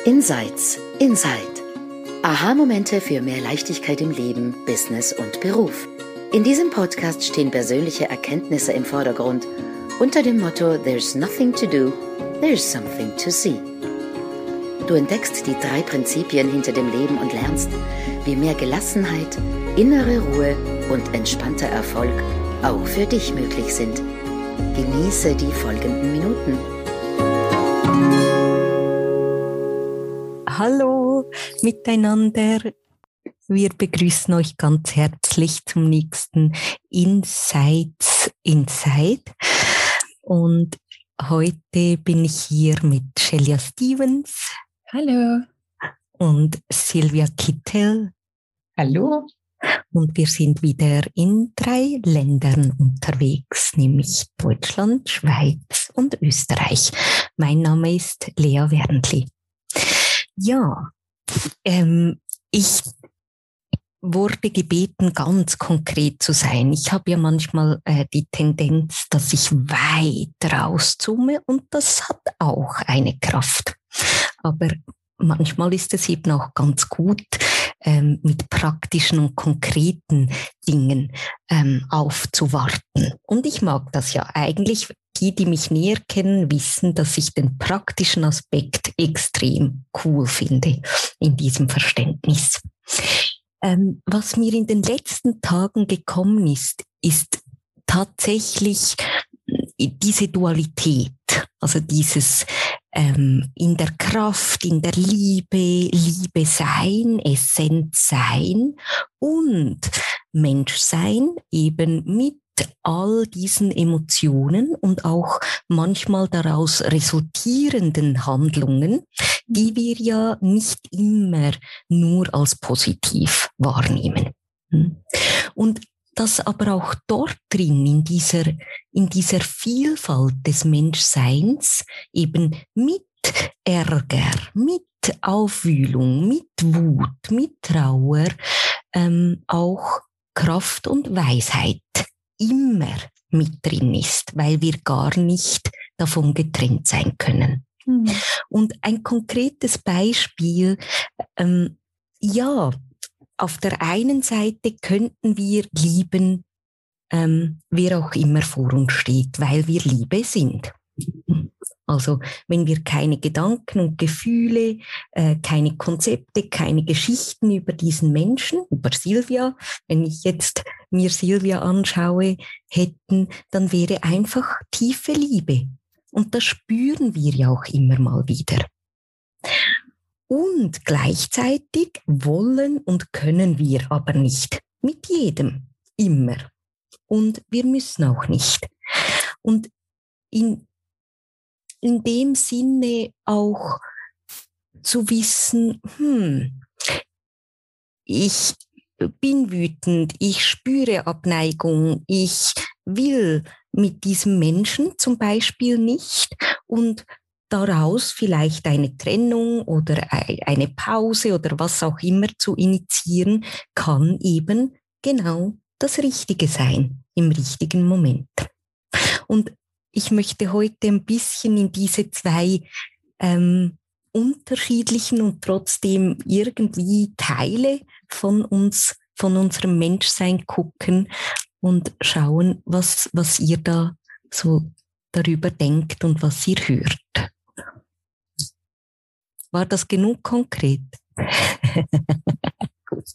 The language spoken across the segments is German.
Insights Inside. Aha-Momente für mehr Leichtigkeit im Leben, Business und Beruf. In diesem Podcast stehen persönliche Erkenntnisse im Vordergrund unter dem Motto There's nothing to do, there's something to see. Du entdeckst die 3 Prinzipien hinter dem Leben und lernst, wie mehr Gelassenheit, innere Ruhe und entspannter Erfolg auch für dich möglich sind. Genieße die folgenden Minuten. Hallo miteinander. Wir begrüßen euch ganz herzlich zum nächsten Insights Inside. Und heute bin ich hier mit Shelia Stevens. Hallo. Und Silvia Kittel. Hallo. Und wir sind wieder in 3 Ländern unterwegs, nämlich Deutschland, Schweiz und Österreich. Mein Name ist Lea Werndli. Ja, ich wurde gebeten, ganz konkret zu sein. Ich habe ja manchmal die Tendenz, dass ich weit rauszoome und das hat auch eine Kraft. Aber manchmal ist es eben auch ganz gut, mit praktischen und konkreten Dingen aufzuwarten. Und ich mag das ja eigentlich. Die mich näher kennen, wissen, dass ich den praktischen Aspekt extrem cool finde in diesem Verständnis. Was mir in den letzten Tagen gekommen ist tatsächlich diese Dualität, also dieses in der Kraft, in der Liebe sein, Essenz sein und Menschsein eben mit all diesen Emotionen und auch manchmal daraus resultierenden Handlungen, die wir ja nicht immer nur als positiv wahrnehmen. Und dass aber auch dort drin, in dieser Vielfalt des Menschseins, eben mit Ärger, mit Aufwühlung, mit Wut, mit Trauer, auch Kraft und Weisheit immer mit drin ist, weil wir gar nicht davon getrennt sein können. Mhm. Und ein konkretes Beispiel, auf der einen Seite könnten wir lieben, wer auch immer vor uns steht, weil wir Liebe sind. Also wenn wir keine Gedanken und Gefühle, keine Konzepte, keine Geschichten über diesen Menschen, über Silvia, wenn ich jetzt mir Silvia anschaue, hätten, dann wäre einfach tiefe Liebe. Und das spüren wir ja auch immer mal wieder. Und gleichzeitig wollen und können wir aber nicht mit jedem, immer. Und wir müssen auch nicht. Und in dem Sinne auch zu wissen, ich bin wütend, ich spüre Abneigung, ich will mit diesem Menschen zum Beispiel nicht und daraus vielleicht eine Trennung oder eine Pause oder was auch immer zu initiieren, kann eben genau das Richtige sein, im richtigen Moment. Und ich möchte heute ein bisschen in diese 2 unterschiedlichen und trotzdem irgendwie Teile von uns, von unserem Menschsein gucken und schauen, was ihr da so darüber denkt und was ihr hört. War das genug konkret? Gut.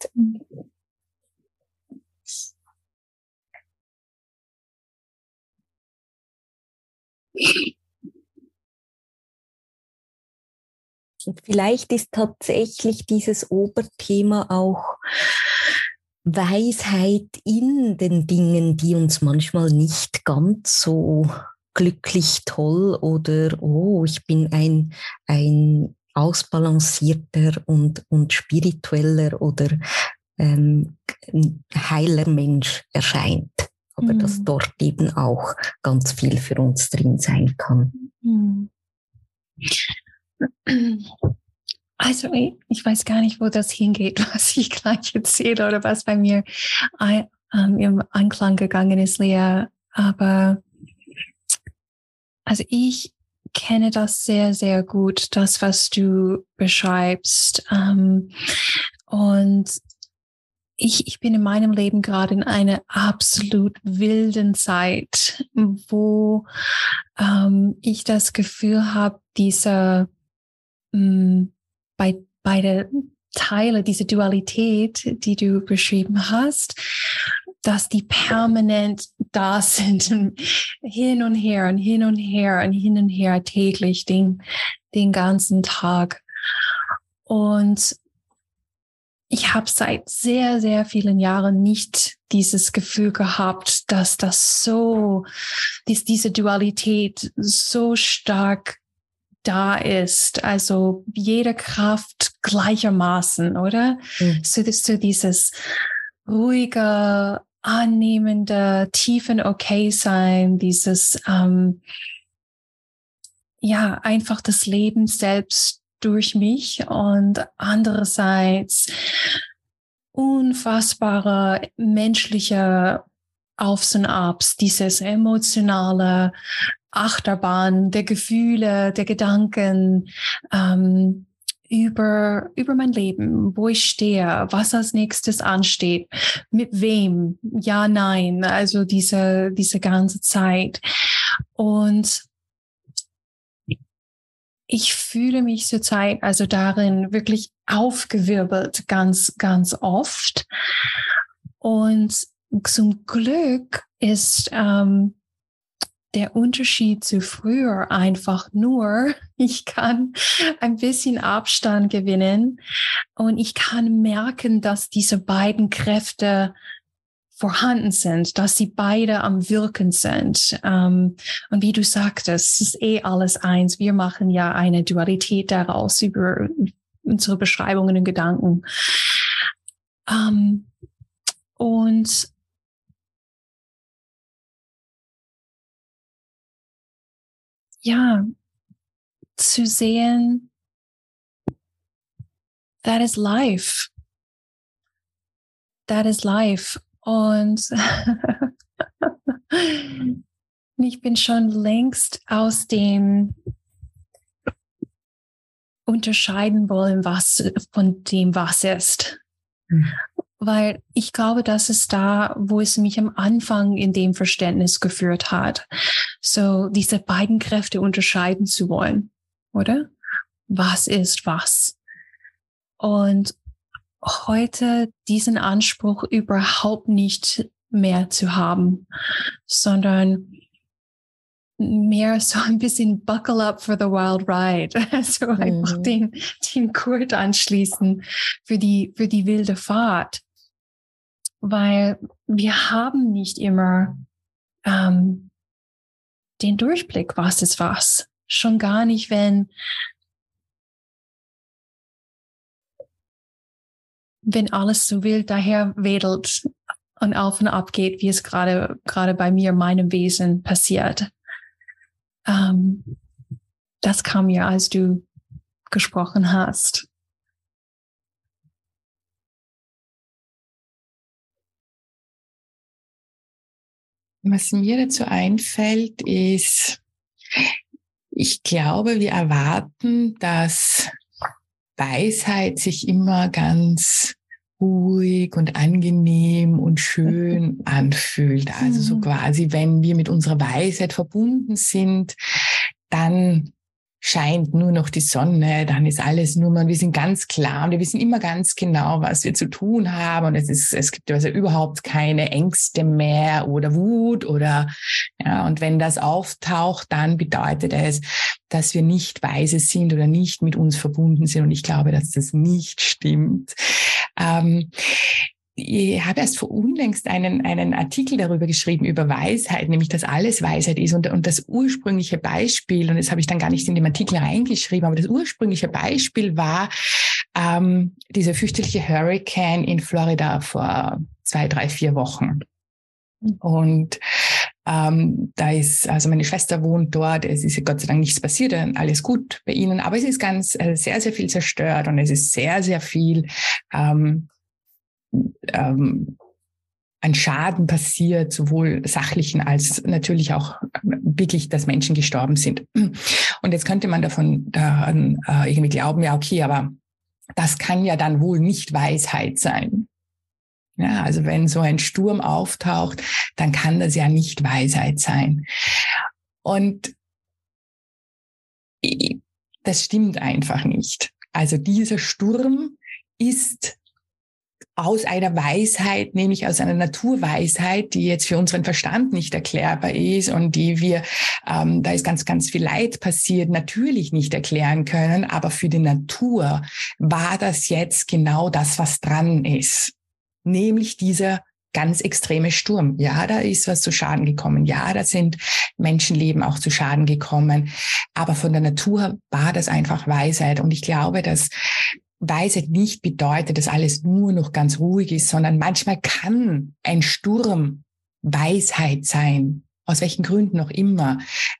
Und vielleicht ist tatsächlich dieses Oberthema auch Weisheit in den Dingen, die uns manchmal nicht ganz so glücklich, toll oder ich bin ein ausbalancierter und spiritueller oder heiler Mensch erscheint. Aber dass dort eben auch ganz viel für uns drin sein kann. Also ich weiß gar nicht, wo das hingeht, was ich gleich erzähle oder was bei mir im Anklang gegangen ist, Lea. Aber also ich kenne das sehr, sehr gut, das, was du beschreibst. Und ich bin in meinem Leben gerade in einer absolut wilden Zeit, wo ich das Gefühl habe, beide Teile, diese Dualität, die du beschrieben hast, dass die permanent da sind, hin und her und hin und her und hin und her täglich, den ganzen Tag. Und ich habe seit sehr, sehr vielen Jahren nicht dieses Gefühl gehabt, dass diese Dualität so stark da ist. Also jede Kraft gleichermaßen, oder? Mhm. So dieses ruhige, annehmende, tiefen Okay-Sein, dieses einfach das Leben selbst durch mich und andererseits unfassbare menschliche Aufs und Abs, dieses emotionale Achterbahn der Gefühle, der Gedanken über mein Leben, wo ich stehe, was als nächstes ansteht, mit wem, ja, nein, also diese ganze Zeit. Und ich fühle mich zurzeit also darin wirklich aufgewirbelt ganz, ganz oft. Und zum Glück ist der Unterschied zu früher einfach nur, ich kann ein bisschen Abstand gewinnen und ich kann merken, dass diese beiden Kräfte vorhanden sind, dass sie beide am Wirken sind. Und wie du sagtest, es ist alles eins. Wir machen ja eine Dualität daraus über unsere Beschreibungen und Gedanken. Und ja, zu sehen, that is life. That is life. Und ich bin schon längst aus dem unterscheiden wollen, was von dem was ist. Mhm. Weil ich glaube, das ist da, wo es mich am Anfang in dem Verständnis geführt hat. So diese beiden Kräfte unterscheiden zu wollen, oder? Was ist was? Und heute diesen Anspruch überhaupt nicht mehr zu haben, sondern mehr so ein bisschen buckle up for the wild ride. Also einfach den Gurt anschließen für die wilde Fahrt. Weil wir haben nicht immer den Durchblick, was ist was. Schon gar nicht, wenn alles so wild daher wedelt und auf und ab geht, wie es gerade bei mir, meinem Wesen passiert. Das kam mir, als du gesprochen hast. Was mir dazu einfällt, ist, ich glaube, wir erwarten, dass Weisheit sich immer ganz ruhig und angenehm und schön anfühlt. Also so quasi, wenn wir mit unserer Weisheit verbunden sind, dann scheint nur noch die Sonne, dann ist alles nur mal, wir sind ganz klar und wir wissen immer ganz genau, was wir zu tun haben und es gibt also überhaupt keine Ängste mehr oder Wut oder, ja, und wenn das auftaucht, dann bedeutet es, dass wir nicht weise sind oder nicht mit uns verbunden sind und ich glaube, dass das nicht stimmt. Ich habe erst vor unlängst einen Artikel darüber geschrieben, über Weisheit, nämlich, dass alles Weisheit ist. Und das ursprüngliche Beispiel, und das habe ich dann gar nicht in dem Artikel reingeschrieben, aber das ursprüngliche Beispiel war dieser fürchterliche Hurricane in Florida vor 2, 3, 4 Wochen. Und da ist, also meine Schwester wohnt dort, es ist Gott sei Dank nichts passiert, alles gut bei ihnen, aber es ist sehr, sehr viel zerstört und es ist sehr, sehr viel an Schaden passiert, sowohl sachlichen als natürlich auch wirklich, dass Menschen gestorben sind. Und jetzt könnte man daran irgendwie glauben, ja okay, aber das kann ja dann wohl nicht Weisheit sein. Ja, also wenn so ein Sturm auftaucht, dann kann das ja nicht Weisheit sein. Und das stimmt einfach nicht. Also dieser Sturm ist aus einer Weisheit, nämlich aus einer Naturweisheit, die jetzt für unseren Verstand nicht erklärbar ist und die wir, da ist ganz, ganz viel Leid passiert, natürlich nicht erklären können. Aber für die Natur war das jetzt genau das, was dran ist. Nämlich dieser ganz extreme Sturm. Ja, da ist was zu Schaden gekommen. Ja, da sind Menschenleben auch zu Schaden gekommen. Aber von der Natur war das einfach Weisheit. Und ich glaube, dass Weisheit nicht bedeutet, dass alles nur noch ganz ruhig ist, sondern manchmal kann ein Sturm Weisheit sein. Aus welchen Gründen auch immer.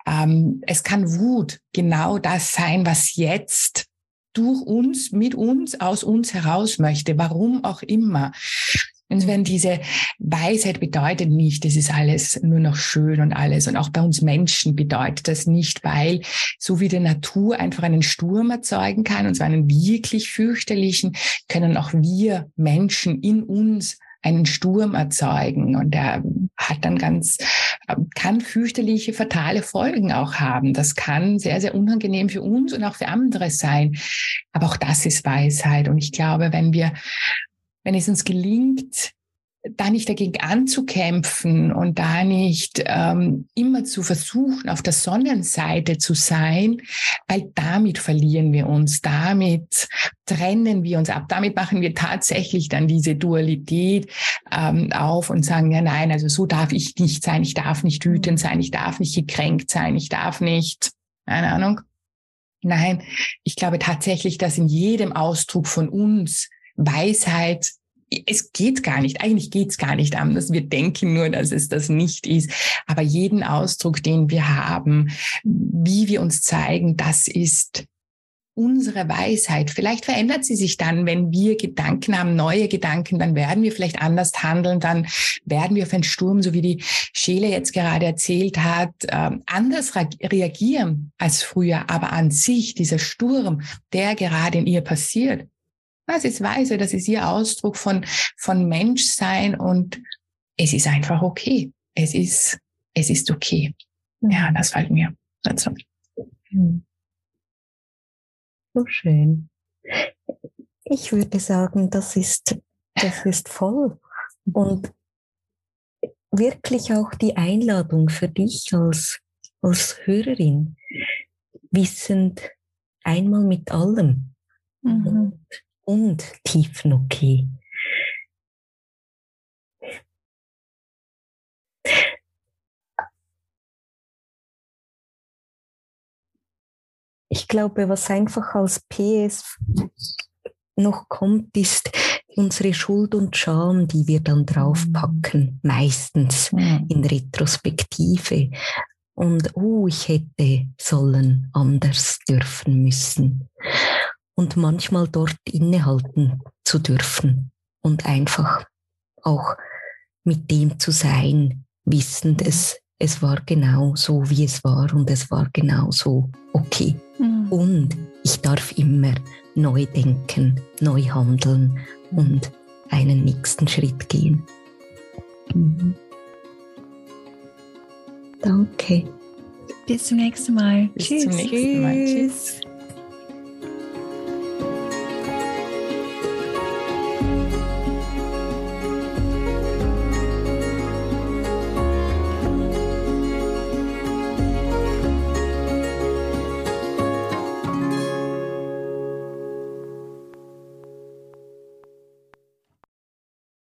Es kann Wut genau das sein, was jetzt durch uns, mit uns, aus uns heraus möchte, warum auch immer. Und wenn diese Weisheit bedeutet nicht, es ist alles nur noch schön und alles. Und auch bei uns Menschen bedeutet das nicht, weil so wie die Natur einfach einen Sturm erzeugen kann, und zwar einen wirklich fürchterlichen, können auch wir Menschen in uns einen Sturm erzeugen. Und der hat dann kann fürchterliche, fatale Folgen auch haben. Das kann sehr, sehr unangenehm für uns und auch für andere sein. Aber auch das ist Weisheit. Und ich glaube, wenn es uns gelingt, da nicht dagegen anzukämpfen und da nicht immer zu versuchen, auf der Sonnenseite zu sein, weil damit verlieren wir uns, damit trennen wir uns ab, damit machen wir tatsächlich dann diese Dualität auf und sagen, ja nein, also so darf ich nicht sein, ich darf nicht wütend sein, ich darf nicht gekränkt sein, ich darf nicht, keine Ahnung. Nein, ich glaube tatsächlich, dass in jedem Ausdruck von uns Weisheit, es geht gar nicht, eigentlich geht's gar nicht anders. Wir denken nur, dass es das nicht ist. Aber jeden Ausdruck, den wir haben, wie wir uns zeigen, das ist unsere Weisheit. Vielleicht verändert sie sich dann, wenn wir Gedanken haben, neue Gedanken, dann werden wir vielleicht anders handeln, dann werden wir auf einen Sturm, so wie die Scheele jetzt gerade erzählt hat, anders reagieren als früher. Aber an sich, dieser Sturm, der gerade in ihr passiert, das ist Weise, das ist ihr Ausdruck von Menschsein und es ist einfach okay. Es ist okay. Ja, das fällt mir dazu. So schön. Ich würde sagen, das ist voll. Und wirklich auch die Einladung für dich als Hörerin, wissend einmal mit allem. Und tiefen okay. Ich glaube, was einfach als PS noch kommt, ist unsere Schuld und Scham, die wir dann draufpacken, meistens in Retrospektive. Und ich hätte sollen, anders, dürfen, müssen. Und manchmal dort innehalten zu dürfen und einfach auch mit dem zu sein, wissend, es war genau so, wie es war und es war genau so okay. Und ich darf immer neu denken, neu handeln und einen nächsten Schritt gehen. Danke. Bis zum nächsten Mal. Bis zum nächsten Mal. Tschüss.